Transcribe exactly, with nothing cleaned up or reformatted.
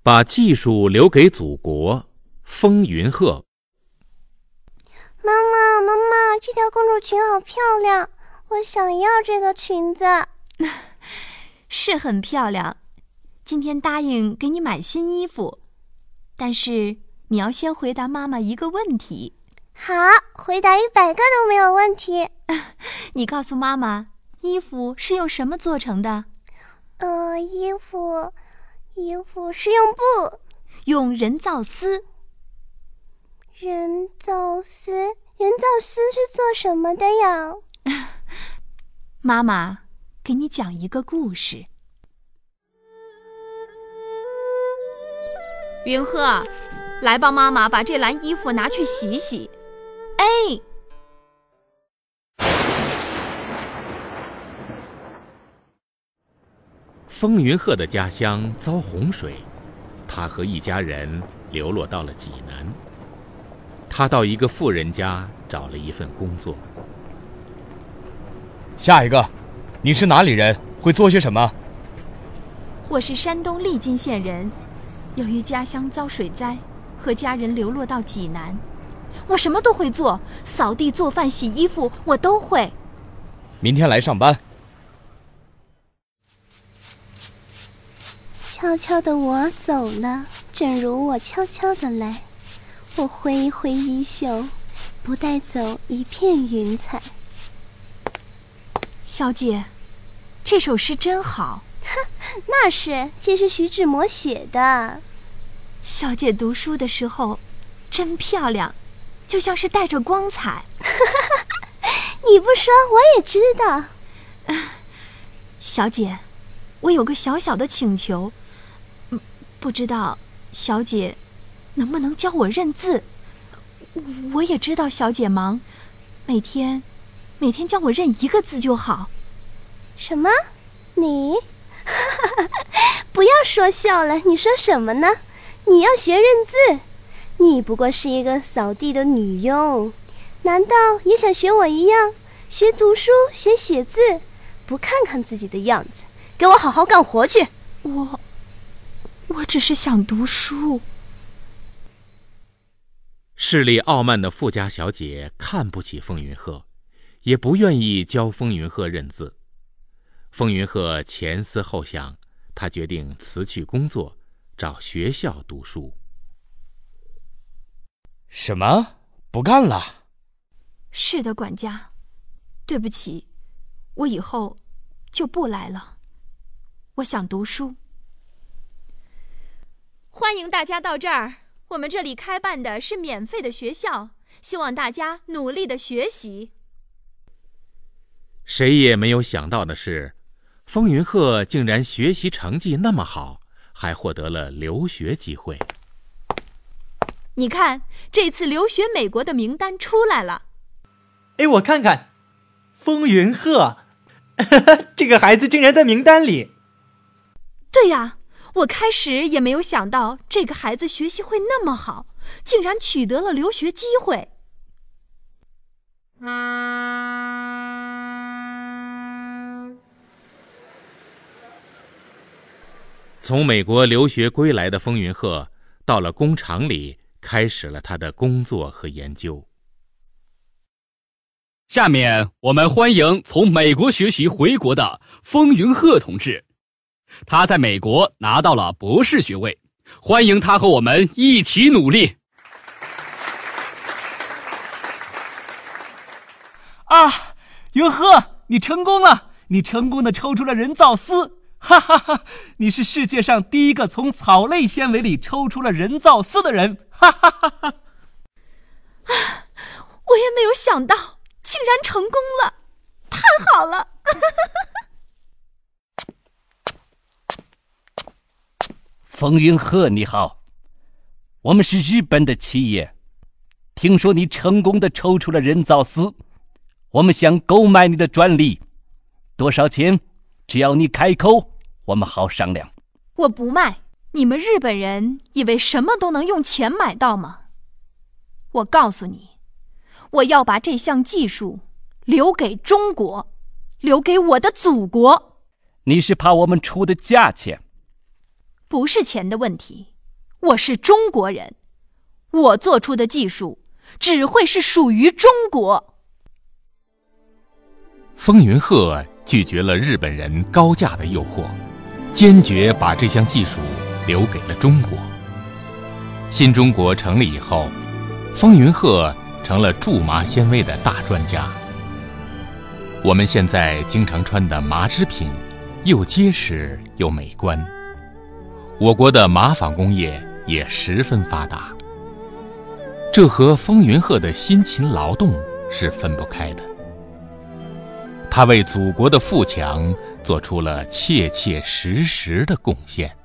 把技术留给祖国，风云鹤。 妈妈，妈妈，这条公主裙好漂亮，我想要这个裙子。 是很漂亮，今天答应给你买新衣服，但是你要先回答妈妈一个问题。 好，回答一百个都没有问题。 你告诉妈妈，衣服是用什么做成的？ 呃，衣服，衣服是用布， 用人造丝。 人造丝，人造丝是做什么的呀？ 妈妈，给你讲一个故事。云鹤，来帮妈妈把这篮衣服拿去洗洗。哎， 风云鹤的家乡遭洪水，他和一家人流落到了济南。他到一个富人家找了一份工作。 下一个，你是哪里人？会做些什么？ 我是山东利津县人，由于家乡遭水灾，和家人流落到济南。我什么都会做，扫地、做饭、洗衣服，我都会。 明天来上班。 悄悄的我走了，正如我悄悄的来。我挥一挥衣袖，不带走一片云彩。 小姐，这首诗真好。 那是，这是徐志摩写的。 小姐读书的时候真漂亮，就像是带着光彩。 你不说我也知道。 小姐，我有个小小的请求，不知道小姐能不能教我认字？我也知道小姐忙，每天每天教我认一个字就好。 什么？你？不要说笑了，你说什么呢？你要学认字？你不过是一个扫地的女佣，难道也想学我一样学读书学写字？不看看自己的样子，给我好好干活去。 我我只是想读书。 势力傲慢的富家小姐看不起风云鹤，也不愿意教风云鹤认字。风云鹤前思后想，他决定辞去工作，找学校读书。 什么？不干了？ 是的，管家，对不起，我以后就不来了。我想读书。欢迎大家到这儿，我们这里开办的是免费的学校，希望大家努力的学习。 谁也没有想到的是，风云鹤竟然学习成绩那么好，还获得了留学机会。 你看，这次留学美国的名单出来了。 哎，我看看，风云鹤，这个孩子竟然在名单里。 对呀，我开始也没有想到这个孩子学习会那么好，竟然取得了留学机会。 从美国留学归来的风云鹤，到了工厂里，开始了他的工作和研究。 下面我们欢迎从美国学习回国的风云鹤同志，他在美国拿到了博士学位，欢迎他和我们一起努力。 啊，云鹤，你成功了！你成功的抽出了人造丝。哈哈哈！你是世界上第一个从草类纤维里抽出了人造丝的人！哈哈哈哈！ 啊，我也没有想到，竟然成功了，太好了！ 风云鹤，你好，我们是日本的企业，听说你成功的抽出了人造丝，我们想购买你的专利，多少钱？只要你开口，我们好商量。 我不卖，你们日本人以为什么都能用钱买到吗？我告诉你，我要把这项技术留给中国，留给我的祖国。 你是怕我们出的价钱？ 不是钱的问题， 我是中国人，我做出的技术只会是属于中国。 风云鹤拒绝了日本人高价的诱惑，坚决把这项技术留给了中国。新中国成立以后，风云鹤成了苎麻纤维的大专家。我们现在经常穿的麻织品又结实又美观，我国的麻纺工业也十分发达，这和风云鹤的辛勤劳动是分不开的。他为祖国的富强做出了切切实实的贡献。